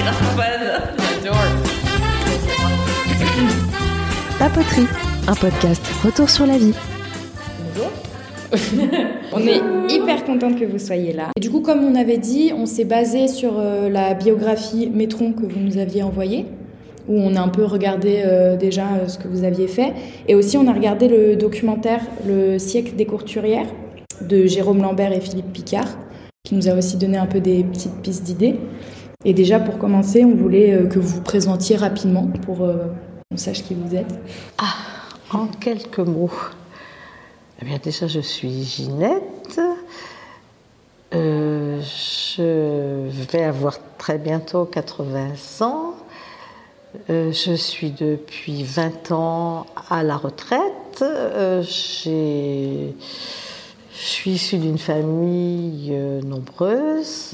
grave fan. J'adore. Papoterie, un podcast retour sur la vie. Bonjour. On est hyper contente que vous soyez là. Et du coup, comme on avait dit, on s'est basé sur la biographie Métron que vous nous aviez envoyée, où on a un peu regardé déjà ce que vous aviez fait. Et aussi, on a regardé le documentaire Le siècle des courturières de Jérôme Lambert et Philippe Picard, qui nous a aussi donné un peu des petites pistes d'idées. Et déjà, pour commencer, on voulait que vous vous présentiez rapidement pour qu'on sache qui vous êtes. En quelques mots. Eh bien, déjà, je suis Ginette. Je vais avoir très bientôt 80 ans. Je suis depuis 20 ans à la retraite. Je suis issue d'une famille nombreuse.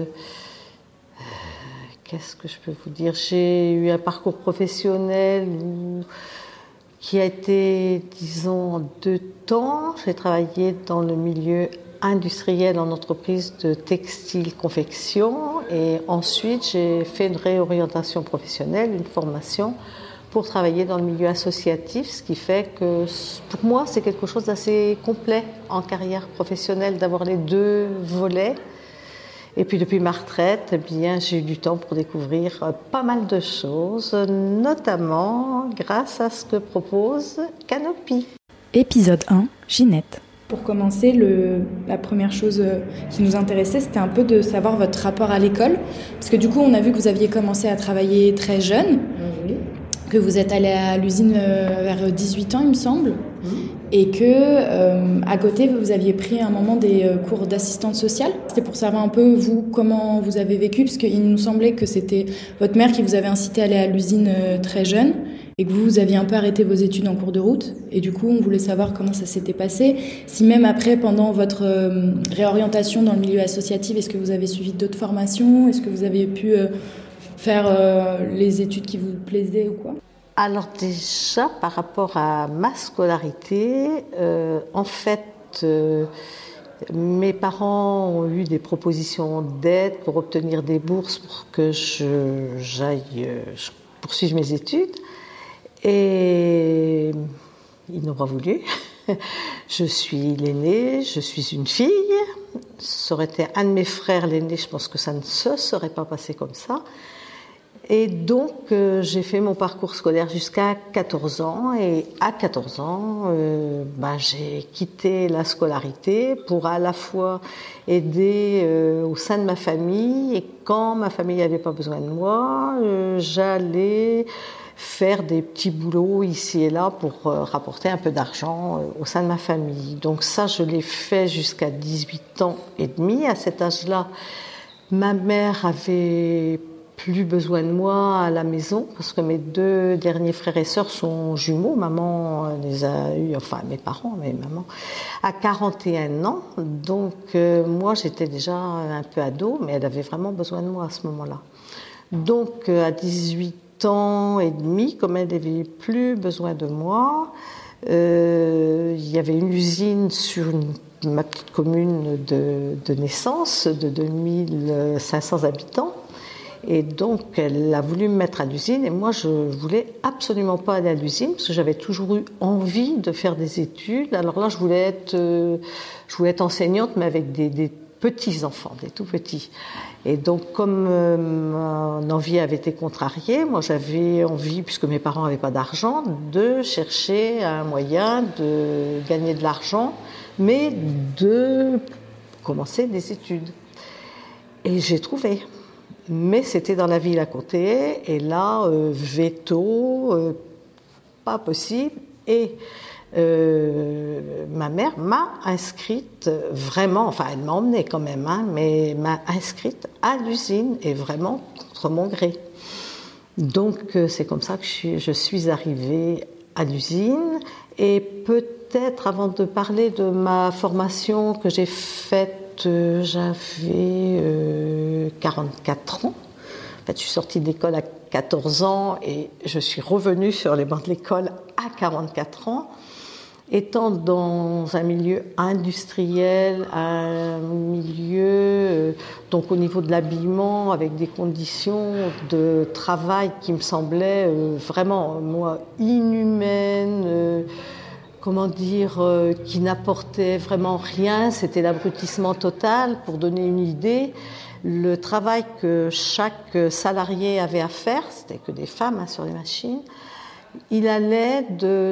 Qu'est-ce que je peux vous dire ? J'ai eu un parcours professionnel qui a été, disons, en 2 temps. J'ai travaillé dans le milieu industriel en entreprise de textile-confection et ensuite j'ai fait une réorientation professionnelle, une formation pour travailler dans le milieu associatif, ce qui fait que pour moi c'est quelque chose d'assez complet en carrière professionnelle d'avoir les 2 volets. Et puis depuis ma retraite, eh bien, j'ai eu du temps pour découvrir pas mal de choses, notamment grâce à ce que propose Canopy. Épisode 1, Ginette. Pour commencer, la première chose qui nous intéressait, c'était un peu de savoir votre rapport à l'école. Parce que du coup, on a vu que vous aviez commencé à travailler très jeune, que vous êtes allé à l'usine vers 18 ans, il me semble, et que à côté, vous aviez pris un moment des cours d'assistante sociale. C'était pour savoir un peu, vous, comment vous avez vécu, parce qu'il nous semblait que c'était votre mère qui vous avait incité à aller à l'usine très jeune, et que vous aviez un peu arrêté vos études en cours de route. Et du coup, on voulait savoir comment ça s'était passé. Si même après, pendant votre réorientation dans le milieu associatif, est-ce que vous avez suivi d'autres formations ? Est-ce que vous avez pu faire les études qui vous plaisaient ou quoi ? Alors déjà, par rapport à ma scolarité, en fait, mes parents ont eu des propositions d'aide pour obtenir des bourses pour que j'aille poursuivre mes études. Et ils n'ont pas voulu. Je suis l'aînée, je suis une fille. Ça aurait été un de mes frères l'aîné, je pense que ça ne se serait pas passé comme ça. Et donc, j'ai fait mon parcours scolaire jusqu'à 14 ans. Et à 14 ans, j'ai quitté la scolarité pour à la fois aider au sein de ma famille. Et quand ma famille n'avait pas besoin de moi, j'allais faire des petits boulots ici et là pour rapporter un peu d'argent au sein de ma famille. Donc ça, je l'ai fait jusqu'à 18 ans et demi. À cet âge-là, ma mère avait plus besoin de moi à la maison parce que mes 2 derniers frères et sœurs sont jumeaux. Maman les a eus, enfin mes parents, mais maman, à 41 ans. Donc moi, j'étais déjà un peu ado, mais elle avait vraiment besoin de moi à ce moment-là. Donc à 18 ans et demi, comme elle n'avait plus besoin de moi, il y avait une usine sur ma petite commune de naissance de 2500 habitants. Et donc, elle a voulu me mettre à l'usine et moi, je voulais absolument pas aller à l'usine parce que j'avais toujours eu envie de faire des études. Alors là, je voulais être enseignante, mais avec des petits enfants, des tout petits. Et donc, comme mon envie avait été contrariée, moi, j'avais envie, puisque mes parents n'avaient pas d'argent, de chercher un moyen de gagner de l'argent, mais de commencer des études. Et j'ai trouvé. Mais c'était dans la ville à côté, et là, veto, pas possible. Et ma mère m'a inscrite vraiment, enfin elle m'a emmenée quand même, mais m'a inscrite à l'usine, et vraiment contre mon gré. Donc c'est comme ça que je suis arrivée à l'usine. Et peut-être, avant de parler de ma formation que j'ai faite, j'avais 44 ans. En fait, je suis sortie de l'école à 14 ans et je suis revenue sur les bancs de l'école à 44 ans. Étant dans un milieu industriel, un milieu donc au niveau de l'habillement, avec des conditions de travail qui me semblaient vraiment, moi, inhumaines, qui n'apportaient vraiment rien. C'était l'abrutissement total. Pour donner une idée, le travail que chaque salarié avait à faire, c'était que des femmes sur les machines, il allait de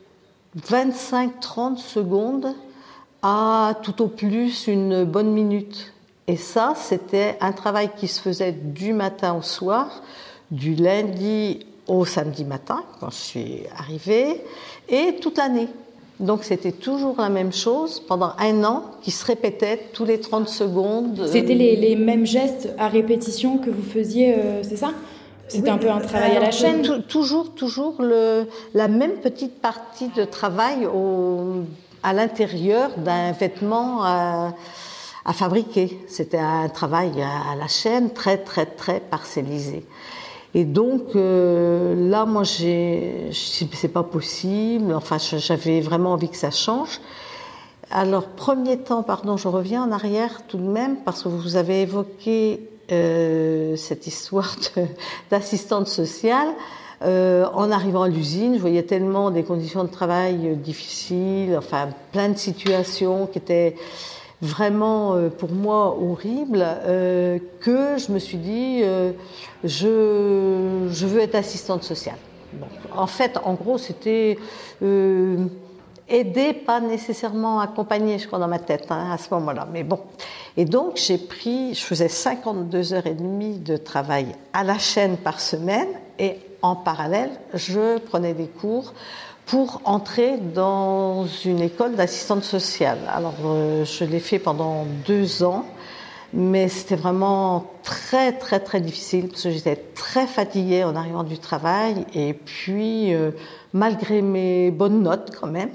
25-30 secondes à tout au plus une bonne minute. Et ça, c'était un travail qui se faisait du matin au soir, du lundi au samedi matin, quand je suis arrivée, et toute l'année. Donc c'était toujours la même chose pendant un an qui se répétait tous les 30 secondes. C'était les mêmes gestes à répétition que vous faisiez, c'est ça ? C'était un peu un travail à la chaîne ? Toujours la même petite partie de travail à l'intérieur d'un vêtement à fabriquer. C'était un travail à la chaîne très, très, très parcellisé. Et donc là, moi, c'est pas possible. Enfin, j'avais vraiment envie que ça change. Alors, premier temps, je reviens en arrière tout de même, parce que vous avez évoqué cette histoire d'assistante sociale. En arrivant à l'usine, je voyais tellement des conditions de travail difficiles, enfin, plein de situations qui étaient vraiment pour moi horrible, que je me suis dit je veux être assistante sociale. Bon. En fait, en gros, c'était aider, pas nécessairement accompagner, je crois, dans ma tête à ce moment-là. Mais bon. Et donc, je faisais 52 heures et demie de travail à la chaîne par semaine, et en parallèle, je prenais des cours pour entrer dans une école d'assistante sociale. Alors, je l'ai fait pendant 2 ans, mais c'était vraiment très, très, très difficile parce que j'étais très fatiguée en arrivant du travail. Et puis, malgré mes bonnes notes quand même,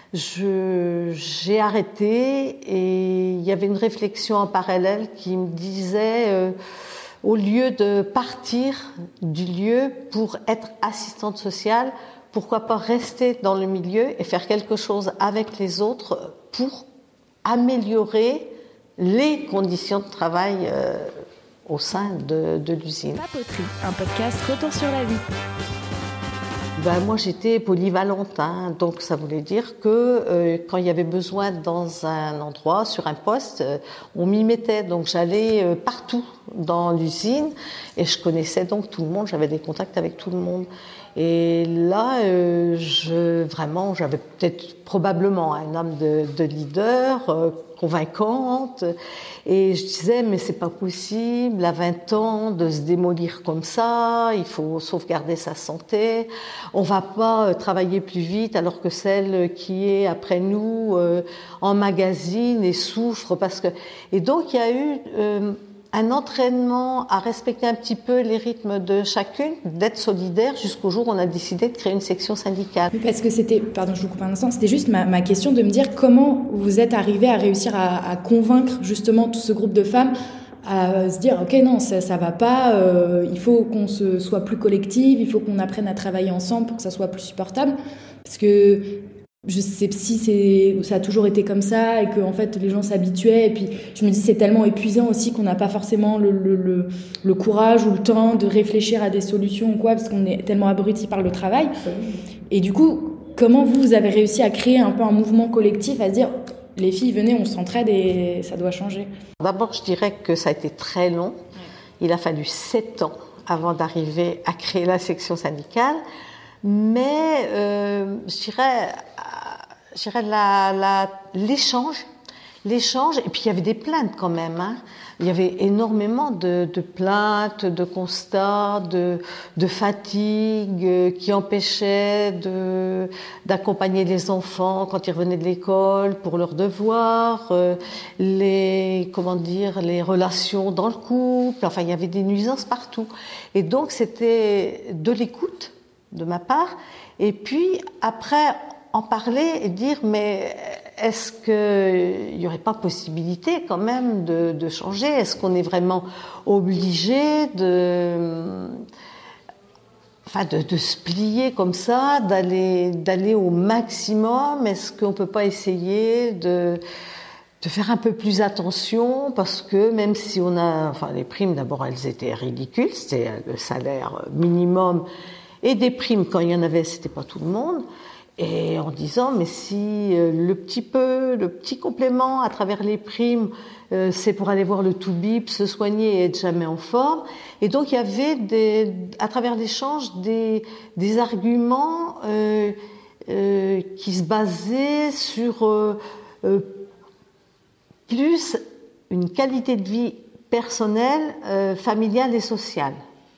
j'ai arrêté, et il y avait une réflexion en parallèle qui me disait... au lieu de partir du lieu pour être assistante sociale, pourquoi pas rester dans le milieu et faire quelque chose avec les autres pour améliorer les conditions de travail au sein de l'usine. Papoterie, un podcast retour sur la vie. Moi, j'étais polyvalente, donc ça voulait dire que quand il y avait besoin dans un endroit, sur un poste, on m'y mettait. Donc j'allais partout dans l'usine et je connaissais donc tout le monde, j'avais des contacts avec tout le monde. Et là, j'avais probablement un âme de leader, convaincante, et je disais, mais c'est pas possible, à 20 ans, de se démolir comme ça, il faut sauvegarder sa santé, on va pas travailler plus vite alors que celle qui est après nous emmagasine et souffre Et donc, il y a eu un entraînement à respecter un petit peu les rythmes de chacune, d'être solidaire jusqu'au jour où on a décidé de créer une section syndicale. Parce que pardon, je vous coupe un instant, c'était juste ma question de me dire comment vous êtes arrivé à réussir à convaincre justement tout ce groupe de femmes à se dire ok, non, ça va pas, il faut qu'on soit plus collective, il faut qu'on apprenne à travailler ensemble pour que ça soit plus supportable, parce que je sais si ça a toujours été comme ça et que en fait les gens s'habituaient, et puis je me dis c'est tellement épuisant aussi qu'on n'a pas forcément le courage ou le temps de réfléchir à des solutions ou quoi, parce qu'on est tellement abruti par le travail. Et du coup, comment vous avez réussi à créer un peu un mouvement collectif, à se dire les filles, venez, on s'entraide et ça doit changer? D'abord, je dirais que ça a été très long. Il a fallu 7 ans avant d'arriver à créer la section syndicale. Mais je dirais l'échange, et puis il y avait des plaintes quand même. Il y avait énormément de plaintes, de constats, de fatigue qui empêchaient d'accompagner les enfants quand ils revenaient de l'école pour leurs devoirs, les relations dans le couple. Enfin, il y avait des nuisances partout. Et donc c'était de l'écoute de ma part, et puis après en parler et dire mais est-ce qu'il n'y aurait pas possibilité quand même de changer? Est-ce qu'on est vraiment obligé de se plier comme ça, d'aller au maximum? Est-ce qu'on ne peut pas essayer faire un peu plus attention parce que même si les primes d'abord elles étaient ridicules, c'était le salaire minimum et des primes quand il y en avait, c'était pas tout le monde. Et en disant mais si le petit complément à travers les primes, c'est pour aller voir le toubib, se soigner et être jamais en forme. Et donc il y avait à travers l'échange des arguments qui se basaient sur plus une qualité de vie personnelle, familiale et sociale.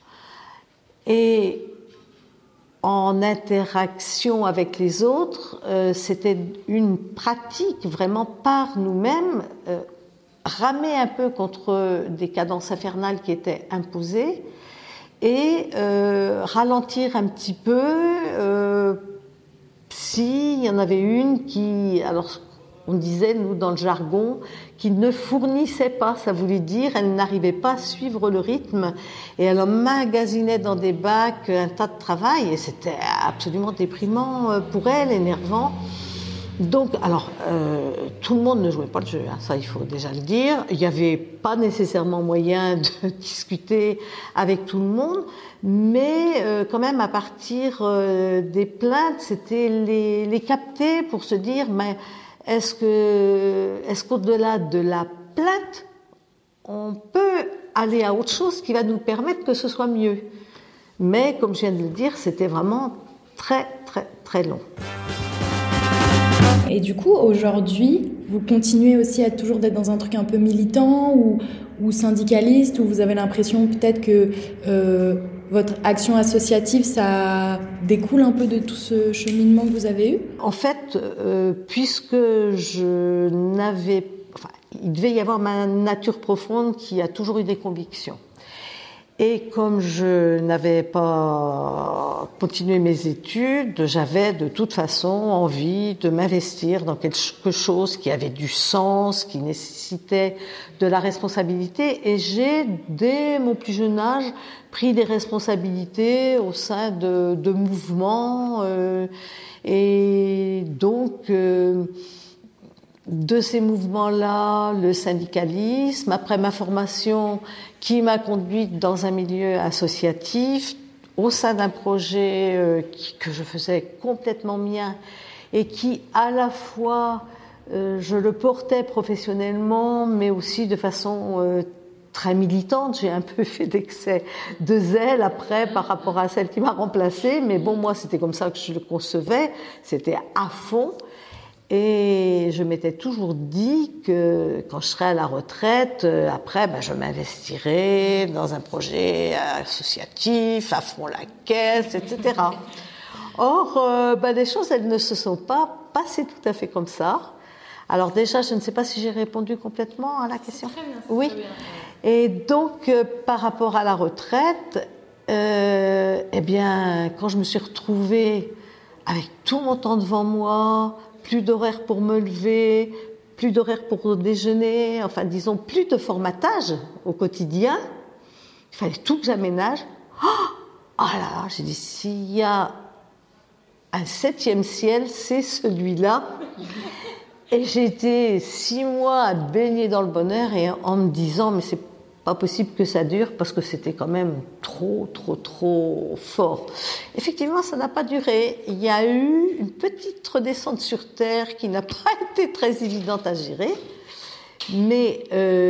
Et en interaction avec les autres, c'était une pratique vraiment par nous-mêmes, ramer un peu contre des cadences infernales qui étaient imposées et ralentir un petit peu s'il y en avait une qui... Alors, on disait, nous, dans le jargon, qui ne fournissait pas, ça voulait dire, elle n'arrivait pas à suivre le rythme et elle emmagasinait dans des bacs un tas de travail et c'était absolument déprimant pour elle, énervant. Donc, alors, tout le monde ne jouait pas le jeu, hein, ça il faut déjà le dire. Il n'y avait pas nécessairement moyen de discuter avec tout le monde, mais quand même à partir des plaintes, c'était les capter pour se dire, mais est-ce qu'au-delà de la plainte, on peut aller à autre chose qui va nous permettre que ce soit mieux? Mais comme je viens de le dire, c'était vraiment très très très long. Et du coup, aujourd'hui, vous continuez aussi à toujours d'être dans un truc un peu militant ou syndicaliste, où vous avez l'impression peut-être que votre action associative, ça découle un peu de tout ce cheminement que vous avez eu? En fait, puisque il devait y avoir ma nature profonde qui a toujours eu des convictions. Et comme je n'avais pas continué mes études, j'avais de toute façon envie de m'investir dans quelque chose qui avait du sens, qui nécessitait de la responsabilité. Et j'ai, dès mon plus jeune âge, pris des responsabilités au sein de mouvements. Et donc... de ces mouvements-là, le syndicalisme, après ma formation qui m'a conduite dans un milieu associatif, au sein d'un projet que je faisais complètement mien et qui, à la fois, je le portais professionnellement, mais aussi de façon très militante. J'ai un peu fait d'excès de zèle après par rapport à celle qui m'a remplacée, mais bon, moi, c'était comme ça que je le concevais, c'était à fond. Et je m'étais toujours dit que quand je serais à la retraite, après, je m'investirais dans un projet associatif, à fond la caisse, etc. Or, les choses, elles ne se sont pas passées tout à fait comme ça. Alors déjà, je ne sais pas si j'ai répondu complètement à la question. Très bien, oui. Très bien. Et donc, par rapport à la retraite, quand je me suis retrouvée avec tout mon temps devant moi, plus d'horaire pour me lever, plus d'horaire pour déjeuner, enfin disons plus de formatage au quotidien. Il fallait tout que j'aménage. Oh là là, j'ai dit, s'il y a un 7e ciel, c'est celui-là. Et j'ai été 6 mois à baigner dans le bonheur et en me disant, mais c'est pas possible que ça dure parce que c'était quand même trop fort. Effectivement, ça n'a pas duré. Il y a eu une petite redescente sur terre qui n'a pas été très évidente à gérer. Mais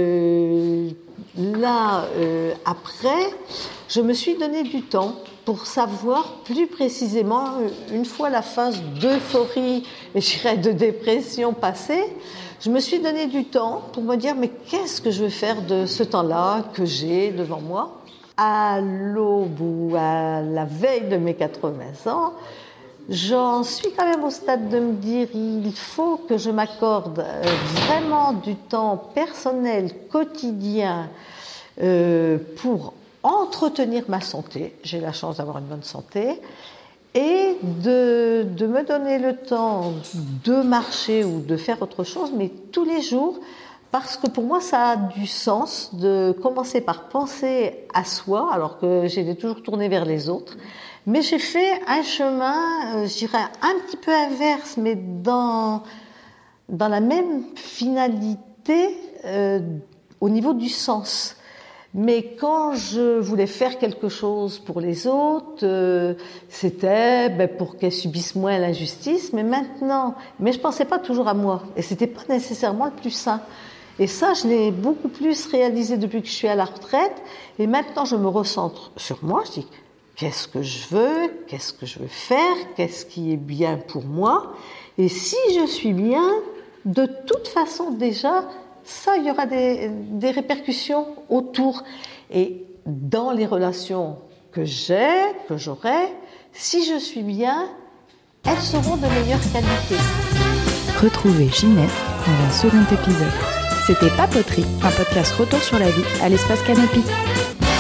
après, je me suis donné du temps pour savoir plus précisément, une fois la phase d'euphorie et je dirais de dépression passée, je me suis donné du temps pour me dire mais qu'est-ce que je vais faire de ce temps-là que j'ai devant moi? À l'aube ou à la veille de mes 80 ans, j'en suis quand même au stade de me dire il faut que je m'accorde vraiment du temps personnel, quotidien pour entretenir ma santé. J'ai la chance d'avoir une bonne santé. Et de me donner le temps de marcher ou de faire autre chose, mais tous les jours, parce que pour moi, ça a du sens de commencer par penser à soi, alors que j'étais toujours tournée vers les autres. Mais j'ai fait un chemin, je dirais, un petit peu inverse, mais dans dans la même finalité au niveau du sens. Mais quand je voulais faire quelque chose pour les autres, c'était pour qu'elles subissent moins l'injustice. Mais je pensais pas toujours à moi. Et c'était pas nécessairement le plus sain. Et ça, je l'ai beaucoup plus réalisé depuis que je suis à la retraite. Et maintenant, je me recentre sur moi. Je dis, qu'est-ce que je veux? Qu'est-ce que je veux faire? Qu'est-ce qui est bien pour moi? Et si je suis bien, de toute façon, déjà, ça, il y aura des répercussions autour. Et dans les relations que j'aurai, si je suis bien, elles seront de meilleure qualité. Retrouvez Ginette dans un second épisode. C'était Papoterie, un podcast retour sur la vie à l'espace Canopy.